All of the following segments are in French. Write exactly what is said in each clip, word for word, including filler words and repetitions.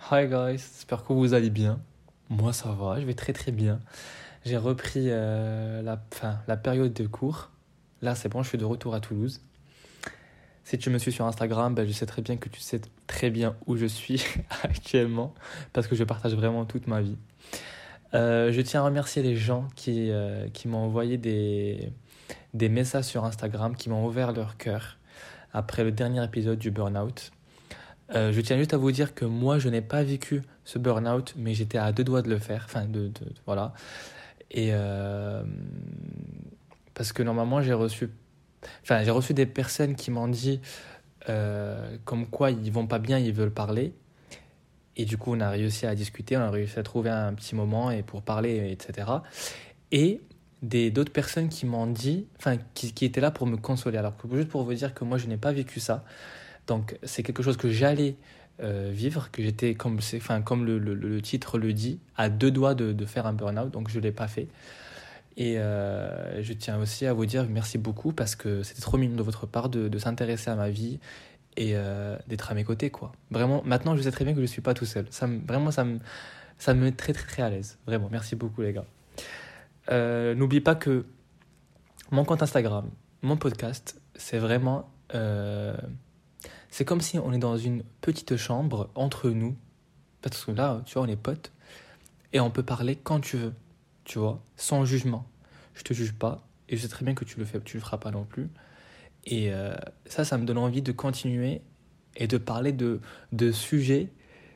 Hi guys, j'espère que vous allez bien. Moi ça va, je vais très très bien. J'ai repris euh, la, enfin, la période de cours. Là c'est bon, je suis de retour à Toulouse. Si tu me suis sur Instagram, ben, je sais très bien que tu sais très bien où je suis actuellement parce que je partage vraiment toute ma vie. Euh, je tiens à remercier les gens qui, euh, qui m'ont envoyé des, des messages sur Instagram, qui m'ont ouvert leur cœur après le dernier épisode du Burnout. Euh, je tiens juste à vous dire que moi, je n'ai pas vécu ce burn-out, mais j'étais à deux doigts de le faire. Enfin, de, de- de- voilà. Et euh, parce que normalement, j'ai reçu, enfin, j'ai reçu des personnes qui m'ont dit euh, comme quoi ils vont pas bien, ils veulent parler. Et du coup, on a réussi à discuter, on a réussi à trouver un petit moment et pour parler, et cetera. Et des d'autres personnes qui m'ont dit, enfin, qui, qui étaient là pour me consoler. Alors, que- juste pour vous dire que moi, je n'ai pas vécu ça. Donc, c'est quelque chose que j'allais euh, vivre, que j'étais, comme, c'est, enfin, comme le, le, le titre le dit, à deux doigts de, de faire un burn-out, donc je ne l'ai pas fait. Et euh, je tiens aussi à vous dire merci beaucoup parce que c'était trop mignon de votre part de, de s'intéresser à ma vie et euh, d'être à mes côtés, quoi. Vraiment, maintenant, je sais très bien que je ne suis pas tout seul. Ça me, vraiment, ça me, ça me met très, très, très à l'aise. Vraiment, merci beaucoup, les gars. Euh, n'oublie pas que mon compte Instagram, mon podcast, c'est vraiment... euh, c'est comme si on est dans une petite chambre entre nous, parce que là, tu vois, on est potes, et on peut parler quand tu veux, tu vois, sans jugement. Je te juge pas, et je sais très bien que tu le fais, tu le feras pas non plus. Et euh, ça, ça me donne envie de continuer et de parler de, de sujets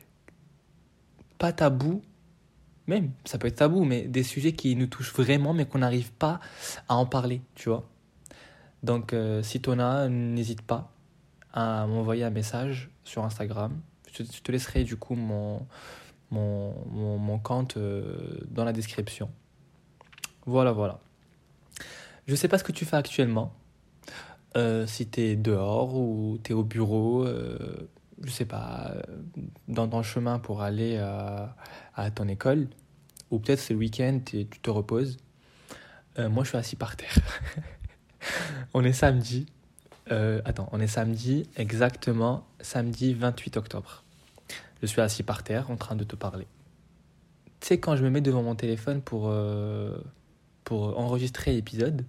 pas tabous, même, ça peut être tabou, mais des sujets qui nous touchent vraiment, mais qu'on n'arrive pas à en parler, tu vois. Donc, euh, si t'en as, n'hésite pas à m'envoyer un message sur Instagram. Je te, je te laisserai du coup mon, mon, mon, mon compte euh, dans la description. Voilà, voilà. Je sais pas ce que tu fais actuellement. Euh, si t'es dehors ou t'es au bureau, euh, je sais pas, euh, dans ton chemin pour aller à, à ton école, ou peut-être c'est le week-end et tu te reposes. Euh, moi, je suis assis par terre. On est samedi. Euh, attends, on est samedi, exactement samedi vingt-huit octobre. Je suis assis par terre en train de te parler. Tu sais, quand je me mets devant mon téléphone pour, euh, pour enregistrer l'épisode,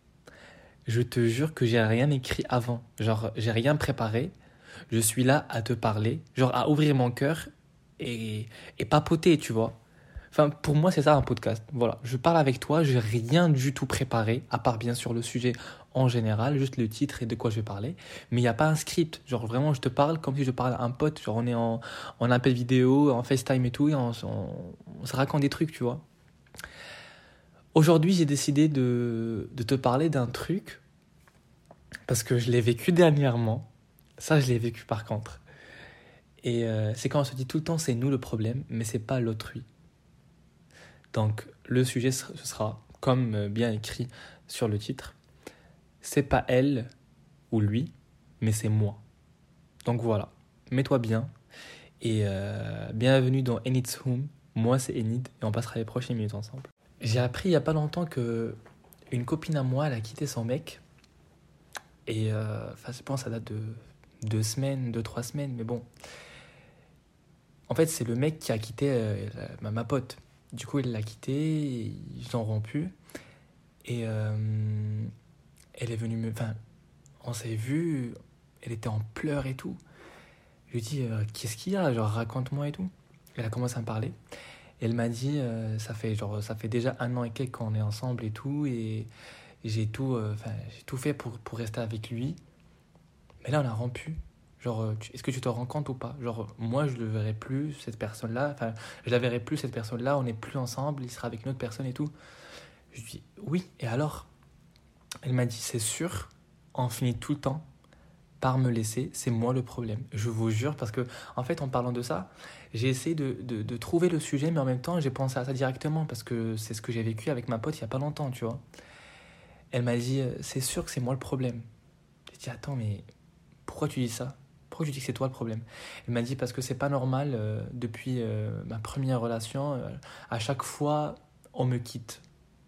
je te jure que j'ai rien écrit avant. Genre, j'ai rien préparé. Je suis là à te parler, genre à ouvrir mon cœur et, et papoter, tu vois. Enfin, pour moi, c'est ça un podcast. Voilà, je parle avec toi, j'ai rien du tout préparé, à part bien sûr le sujet en général, juste le titre et de quoi je vais parler. Mais il n'y a pas un script. Genre vraiment, je te parle comme si je parle à un pote. Genre on est en, en appel vidéo, en FaceTime et tout, et on, on, on se raconte des trucs, tu vois. Aujourd'hui, j'ai décidé de, de te parler d'un truc parce que je l'ai vécu dernièrement. Ça, je l'ai vécu par contre. Et euh, c'est quand on se dit tout le temps c'est nous le problème, mais c'est pas l'autrui. Donc le sujet ce sera, comme euh, bien écrit sur le titre, c'est pas elle ou lui, mais c'est moi. Donc voilà, mets-toi bien et euh, bienvenue dans Enid's Home. Moi c'est Enid et on passera les prochaines minutes ensemble. J'ai appris il y a pas longtemps que une copine à moi elle a quitté son mec et euh, enfin je pense que ça date de deux semaines, deux trois semaines, mais bon. En fait, c'est le mec qui a quitté euh, la- ma, ma pote. Du coup, il l'a quitté, ils ont rompu. Et euh, elle est venue me... Enfin, on s'est vu, elle était en pleurs et tout. Je lui ai dit, euh, qu'est-ce qu'il y a? Genre, raconte-moi et tout. Elle a commencé à me parler. Et elle m'a dit, euh, ça fait genre, ça fait déjà un an et quelques qu'on est ensemble et tout. Et j'ai tout, euh, enfin, j'ai tout fait pour, pour rester avec lui. Mais là, on a rompu. Genre, euh, tu- est-ce que tu te rends compte ou pas? Genre, moi, je le verrai plus, cette personne-là. Enfin, je la verrai plus, cette personne-là. On n'est plus ensemble. Il sera avec une autre personne et tout. Je lui dis, oui. Et alors? Elle m'a dit, c'est sûr. On finit tout le temps par me laisser. C'est moi le problème. Je vous jure. Parce que, en fait, en parlant de ça, j'ai essayé de, de, de trouver le sujet. Mais en même temps, j'ai pensé à ça directement. Parce que c'est ce que j'ai vécu avec ma pote il n'y a pas longtemps, tu vois. Elle m'a dit, euh, c'est sûr que c'est moi le problème. J'ai dit, attends, mais pourquoi tu dis ça? Pourquoi tu dis que c'est toi le problème? Elle m'a dit parce que c'est pas normal, euh, depuis euh, ma première relation, euh, à chaque fois on me quitte.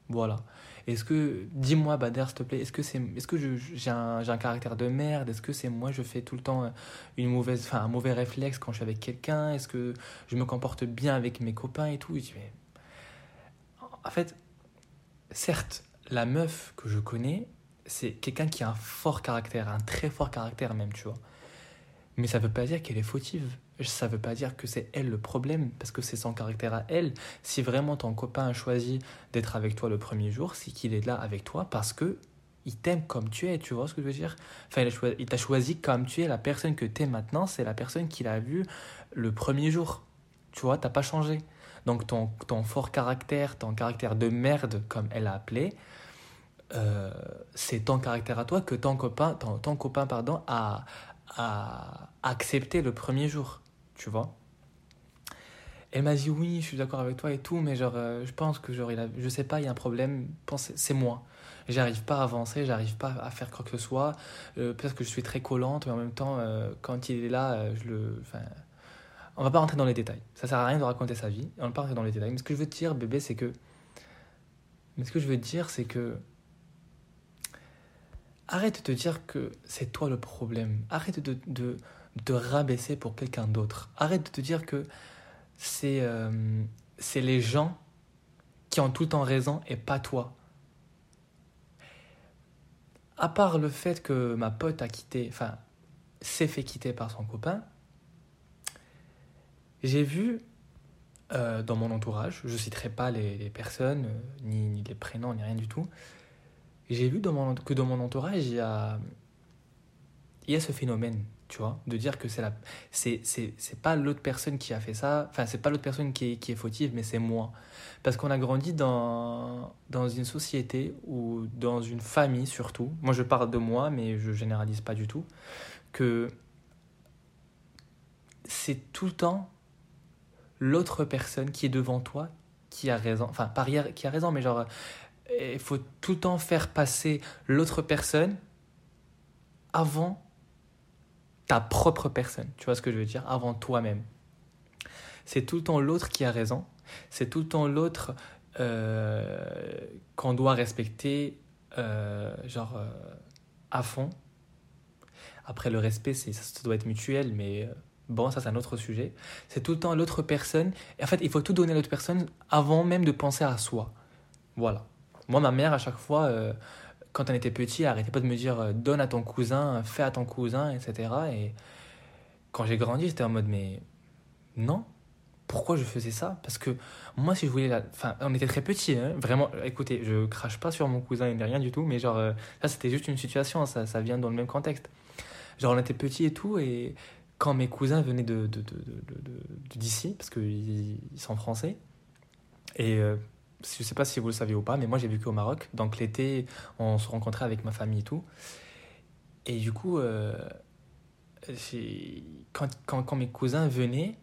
Voilà. Est-ce que, dis-moi, Bader, s'il te plaît, est-ce que c'est, est-ce que je, j'ai un, j'ai un caractère de merde? Est-ce que c'est moi, je fais tout le temps euh, une mauvaise, enfin, un mauvais réflexe quand je suis avec quelqu'un? Est-ce que je me comporte bien avec mes copains et tout? Et je dis, mais, en fait, certes, la meuf que je connais, c'est quelqu'un qui a un fort caractère, un très fort caractère même, tu vois. Mais ça veut pas dire qu'elle est fautive. Ça veut pas dire que c'est elle le problème, parce que c'est son caractère à elle. Si vraiment ton copain a choisi d'être avec toi le premier jour, c'est qu'il est là avec toi parce que il t'aime comme tu es, tu vois ce que je veux dire? Enfin, il, a choisi, il t'a choisi comme tu es, la personne que tu es maintenant, c'est la personne qu'il a vue le premier jour. Tu vois, t'as pas changé. Donc ton, ton fort caractère, ton caractère de merde, comme elle a appelé, euh, c'est ton caractère à toi que ton copain, ton, ton copain pardon, a, a accepté le premier jour, tu vois. Elle m'a dit oui, je suis d'accord avec toi et tout, mais genre, euh, je pense que genre, il a, je sais pas, il y a un problème, pense, c'est moi. J'arrive pas à avancer, j'arrive pas à faire quoi que ce soit. Euh, peut-être que je suis très collante, mais en même temps, euh, quand il est là, euh, je le, enfin, on va pas rentrer dans les détails. Ça sert à rien de raconter sa vie. On va pas rentrer dans les détails. Mais ce que je veux te dire, bébé, c'est que, mais ce que je veux te dire, c'est que arrête de te dire que c'est toi le problème. Arrête de, de, de te rabaisser pour quelqu'un d'autre. Arrête de te dire que c'est euh, c'est les gens qui ont tout le temps raison et pas toi. À part le fait que ma pote a quitté, enfin, s'est fait quitter par son copain, j'ai vu euh, dans mon entourage, je citerai pas les, les personnes, euh, ni, ni les prénoms, ni rien du tout, j'ai vu dans mon, que dans mon entourage, il y a, il y a ce phénomène, tu vois, de dire que c'est la, c'est, c'est, c'est pas l'autre personne qui a fait ça, enfin, c'est pas l'autre personne qui est, qui est fautive, mais c'est moi. Parce qu'on a grandi dans, dans une société ou dans une famille surtout, moi je parle de moi, mais je généralise pas du tout, que c'est tout le temps l'autre personne qui est devant toi qui a raison, enfin, pas qui a raison, mais genre, il faut tout le temps faire passer l'autre personne avant ta propre personne. Tu vois ce que je veux dire? Avant toi-même. C'est tout le temps l'autre qui a raison. C'est tout le temps l'autre euh, qu'on doit respecter, euh, genre, euh, à fond. Après, le respect, c'est, ça doit être mutuel, mais bon, ça, c'est un autre sujet. C'est tout le temps l'autre personne. Et en fait, il faut tout donner à l'autre personne avant même de penser à soi. Voilà. Moi, ma mère, à chaque fois, euh, quand on était petit, elle arrêtait pas de me dire euh, donne à ton cousin, fais à ton cousin, et cetera. Et quand j'ai grandi, j'étais en mode mais non, pourquoi je faisais ça? Parce que moi, si je voulais la... Enfin, on était très petits, hein, vraiment. Écoutez, je crache pas sur mon cousin ni rien du tout, mais genre, euh, ça, c'était juste une situation, ça, ça vient dans le même contexte. Genre, on était petits et tout, et quand mes cousins venaient de, de, de, de, de- de- d'ici, parce qu'ils ils sont français, et euh, je sais pas si vous le savez ou pas, mais moi, j'ai vécu au Maroc, donc l'été, on se rencontrait avec ma famille et tout. Et du coup, euh, j'ai- quand, quand, quand mes cousins venaient,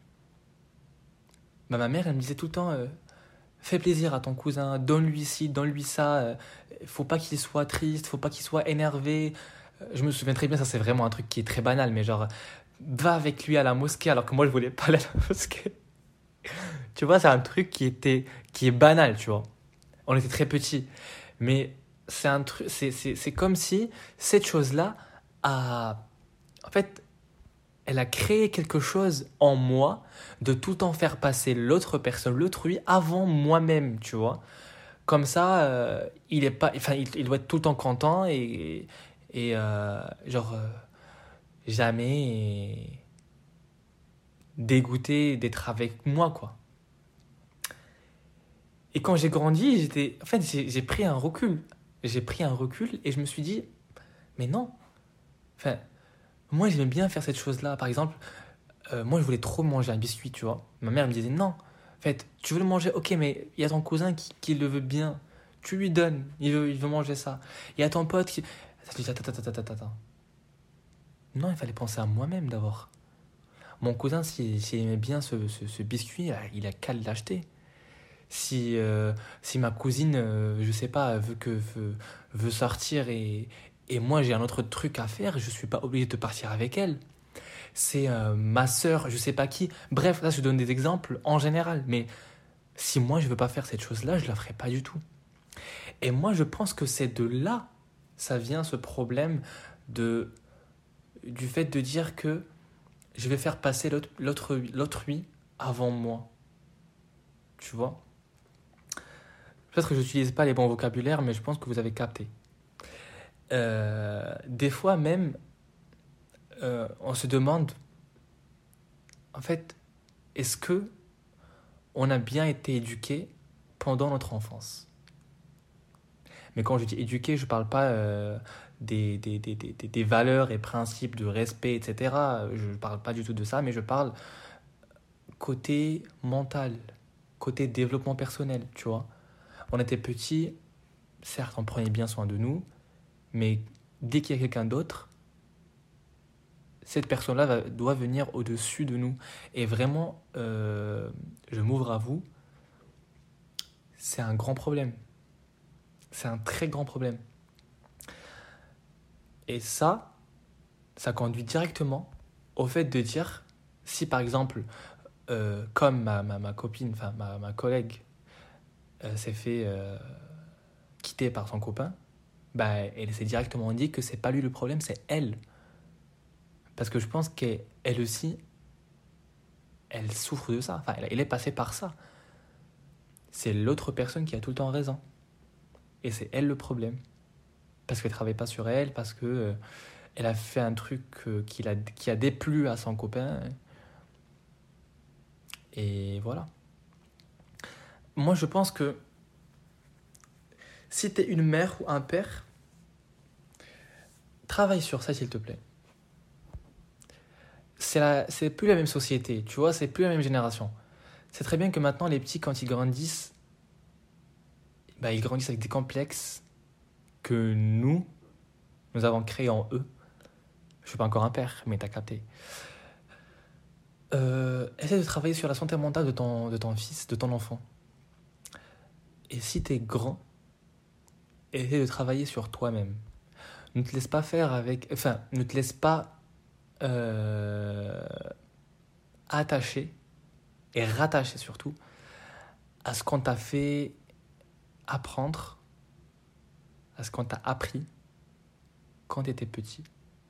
bah, ma mère, elle me disait tout le temps, euh, fais plaisir à ton cousin, donne-lui ci, donne-lui ça, euh, faut pas qu'il soit triste, faut pas qu'il soit énervé. Euh, Je me souviens très bien, ça c'est vraiment un truc qui est très banal, mais genre, va avec lui à la mosquée alors que moi je voulais pas aller à la mosquée. Tu vois, c'est un truc qui était, qui est banal, tu vois. On était très petits. Mais c'est un truc, c'est, c'est, c'est comme si cette chose-là a, en fait, elle a créé quelque chose en moi de tout le temps faire passer l'autre personne, l'autrui, avant moi-même, tu vois. Comme ça, euh, il est pas, enfin, il, il doit être tout le temps content et, et euh, genre, euh, jamais dégoûté d'être avec moi, quoi. Et quand j'ai grandi, j'étais, en fait, j'ai, j'ai pris un recul. J'ai pris un recul et je me suis dit, mais non. Enfin, moi, j'aime bien faire cette chose-là. Par exemple, euh, moi, je voulais trop manger un biscuit, tu vois. Ma mère me disait non. En fait, tu veux le manger, ok, mais il y a ton cousin qui, qui le veut bien. Tu lui donnes, il veut, il veut manger ça. Il y a ton pote qui. Attends, attends, attends, attends, attends, attends. Non, il fallait penser à moi-même d'abord. Mon cousin, s'il s'il aimait bien ce, ce, ce biscuit, il a qu'à l'acheter. Si, euh, si ma cousine, euh, je sais pas, veut, que, veut, veut sortir et, et moi j'ai un autre truc à faire, je suis pas obligé de partir avec elle. C'est euh, ma sœur, je sais pas qui. Bref, là je donne des exemples en général, mais si moi je veux pas faire cette chose-là, je la ferai pas du tout. Et moi, je pense que c'est de là, ça vient ce problème de, du fait de dire que je vais faire passer l'autre, l'autre, l'autrui avant moi. Tu vois? Peut-être que je n'utilise pas les bons vocabulaires, mais je pense que vous avez capté. Euh, des fois même, euh, on se demande, en fait, est-ce que on a bien été éduqué pendant notre enfance? Mais quand je dis éduqué, je ne parle pas euh, des, des, des, des, des valeurs et principes de respect, et cetera. Je ne parle pas du tout de ça, mais je parle côté mental, côté développement personnel, tu vois. On était petits, certes, on prenait bien soin de nous, mais dès qu'il y a quelqu'un d'autre, cette personne-là va, doit venir au-dessus de nous. Et vraiment, euh, je m'ouvre à vous, c'est un grand problème. C'est un très grand problème. Et ça, ça conduit directement au fait de dire, si par exemple, euh, comme ma, ma, ma copine, enfin ma, ma collègue euh, s'est fait euh, quitter par son copain, bah, elle s'est directement dit que c'est pas lui le problème, c'est elle. Parce que je pense qu'elle aussi, elle souffre de ça. Enfin, elle est passée par ça. C'est l'autre personne qui a tout le temps raison. Et c'est elle le problème. Parce qu'elle ne travaille pas sur elle, parce que euh, elle a fait un truc euh, qui, a, qui a déplu à son copain. Et voilà. Moi, je pense que si tu es une mère ou un père, travaille sur ça, s'il te plaît. C'est, la, c'est plus la même société, tu vois, c'est plus la même génération. C'est très bien que maintenant, les petits, quand ils grandissent, bah, ils grandissent avec des complexes que nous, nous avons créés en eux. Je ne suis pas encore un père, mais t'as capté. Euh, essaie de travailler sur la santé mentale de ton, de ton fils, de ton enfant. Et si t'es grand, essaie de travailler sur toi-même. Ne te laisse pas faire avec... Enfin, ne te laisse pas euh, attacher, et rattacher surtout, à ce qu'on t'a fait apprendre, à ce qu'on t'a appris quand t'étais petit.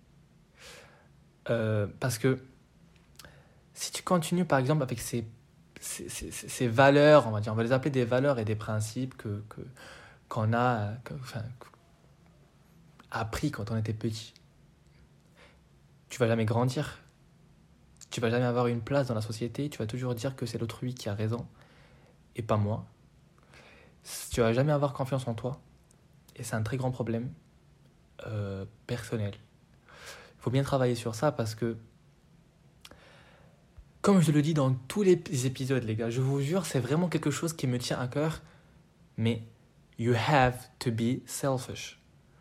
Euh, parce que si tu continues par exemple avec ces, ces, ces, ces valeurs, on va dire, on va les appeler des valeurs et des principes que, que, qu'on a que, enfin, appris quand on était petit, tu vas jamais grandir, tu vas jamais avoir une place dans la société, tu vas toujours dire que c'est l'autrui qui a raison et pas moi. Tu vas jamais avoir confiance en toi et c'est un très grand problème euh, personnel. Il faut bien travailler sur ça parce que, comme je le dis dans tous les épisodes, les gars, je vous jure, c'est vraiment quelque chose qui me tient à cœur, mais you have to be selfish.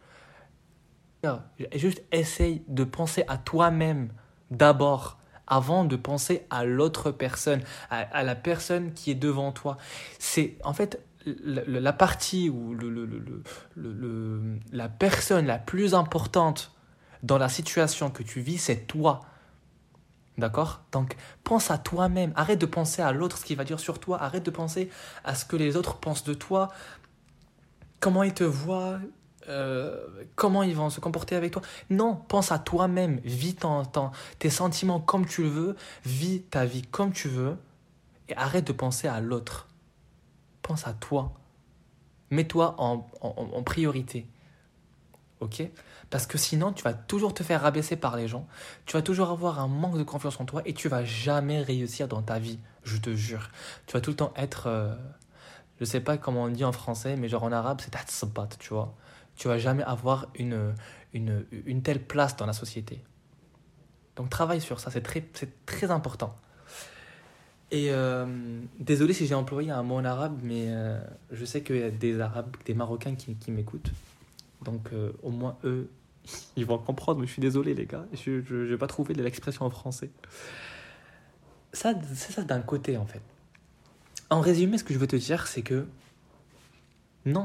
Juste essaye de penser à toi-même d'abord, avant de penser à l'autre personne, à, à la personne qui est devant toi. C'est en fait la, la partie ou le, le, le, le, le, la personne la plus importante dans la situation que tu vis, c'est toi. D'accord? Donc, pense à toi-même. Arrête de penser à l'autre, ce qu'il va dire sur toi. Arrête de penser à ce que les autres pensent de toi. Comment ils te voient, euh, comment ils vont se comporter avec toi. Non, pense à toi-même. Vis ton, ton, tes sentiments comme tu le veux. Vis ta vie comme tu veux. Et arrête de penser à l'autre. Pense à toi. Mets-toi en, en, en priorité. Ok? Parce que sinon, tu vas toujours te faire rabaisser par les gens. Tu vas toujours avoir un manque de confiance en toi et tu vas jamais réussir dans ta vie. Je te jure. Tu vas tout le temps être... Euh, je sais pas comment on dit en français, mais genre en arabe, c'est tatsabat, tu vois. Tu vas jamais avoir une, une, une telle place dans la société. Donc travaille sur ça, c'est très, c'est très important. Et euh, désolé si j'ai employé un mot en arabe, mais euh, je sais qu'il y a des Arabes, des Marocains qui, qui m'écoutent. Donc euh, au moins eux, ils vont comprendre, mais je suis désolé les gars, je n'ai pas trouvé de l'expression en français. Ça, c'est ça d'un côté en fait. En résumé, ce que je veux te dire, c'est que non,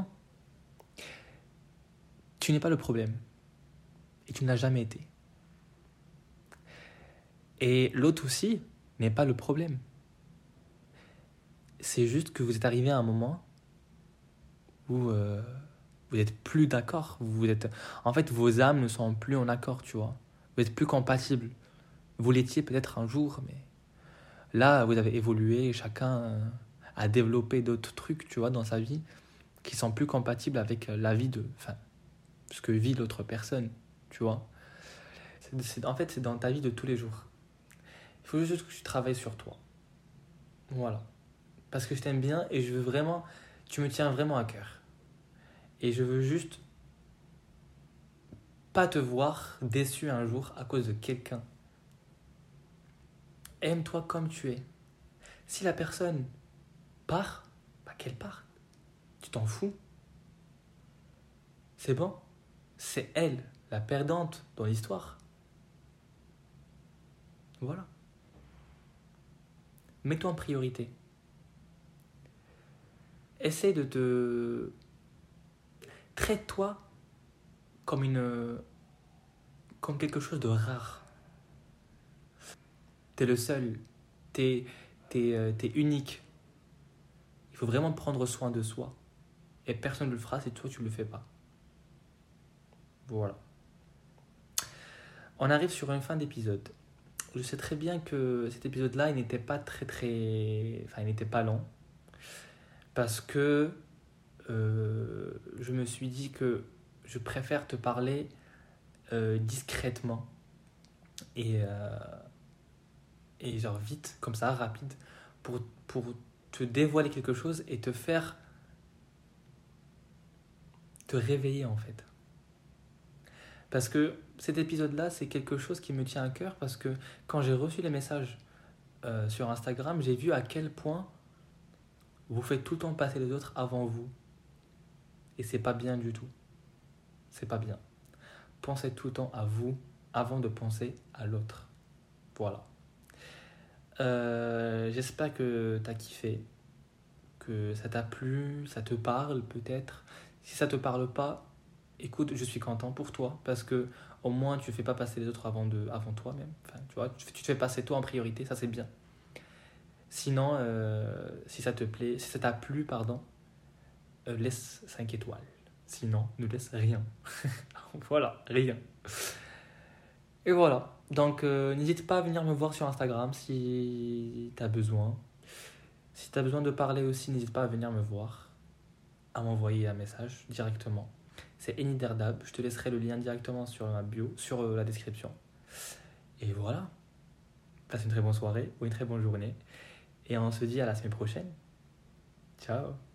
tu n'es pas le problème. Et tu ne l'as jamais été. Et l'autre aussi n'est pas le problème. C'est juste que vous êtes arrivé à un moment où euh, vous n'êtes plus d'accord. Vous êtes... En fait, vos âmes ne sont plus en accord, tu vois. Vous n'êtes plus compatibles. Vous l'étiez peut-être un jour, mais là, vous avez évolué, chacun euh, a développé d'autres trucs, tu vois, dans sa vie, qui sont plus compatibles avec la vie de... Enfin, ce que vit l'autre personne, tu vois. C'est, c'est- en fait, c'est dans ta vie de tous les jours. Il faut juste que tu travailles sur toi. Voilà. Parce que je t'aime bien et je veux vraiment... Tu me tiens vraiment à cœur. Et je veux juste pas te voir déçu un jour à cause de quelqu'un. Aime-toi comme tu es. Si la personne part, bah qu'elle parte. Tu t'en fous. C'est bon. C'est elle, la perdante dans l'histoire. Voilà. Mets-toi en priorité. Essaye de te... Traite-toi comme une... comme quelque chose de rare. T'es le seul. T'es, t'es, euh, t'es unique. Il faut vraiment prendre soin de soi. Et personne ne le fera si toi tu ne le fais pas. Voilà. On arrive sur une fin d'épisode. Je sais très bien que cet épisode-là, il n'était pas très très... Enfin, il n'était pas long. Parce que euh, je me suis dit que je préfère te parler euh, discrètement. Et, euh, et genre vite, comme ça, rapide. Pour, pour te dévoiler quelque chose et te faire... te réveiller en fait. Parce que cet épisode-là, c'est quelque chose qui me tient à cœur parce que quand j'ai reçu les messages euh, sur Instagram, j'ai vu à quel point vous faites tout le temps passer les autres avant vous. Et c'est pas bien du tout. C'est pas bien. Pensez tout le temps à vous avant de penser à l'autre. Voilà. Euh, j'espère que t'as kiffé, que ça t'a plu, ça te parle peut-être. Si ça te parle pas, écoute, je suis content pour toi parce que au moins tu fais pas passer les autres avant de, avant toi même. Enfin, tu vois, tu, tu te fais passer toi en priorité, ça c'est bien. Sinon, euh, si ça te plaît, si ça t'a plu, pardon, euh, laisse cinq étoiles. Sinon, ne laisse rien. Voilà, rien. Et voilà. Donc, euh, n'hésite pas à venir me voir sur Instagram si tu as besoin. Si tu as besoin de parler aussi, n'hésite pas à venir me voir, à m'envoyer un message directement. C'est Eniderdab. Je te laisserai le lien directement sur ma bio, sur euh, la description. Et voilà. Passe une très bonne soirée ou une très bonne journée. Et on se dit à la semaine prochaine. Ciao.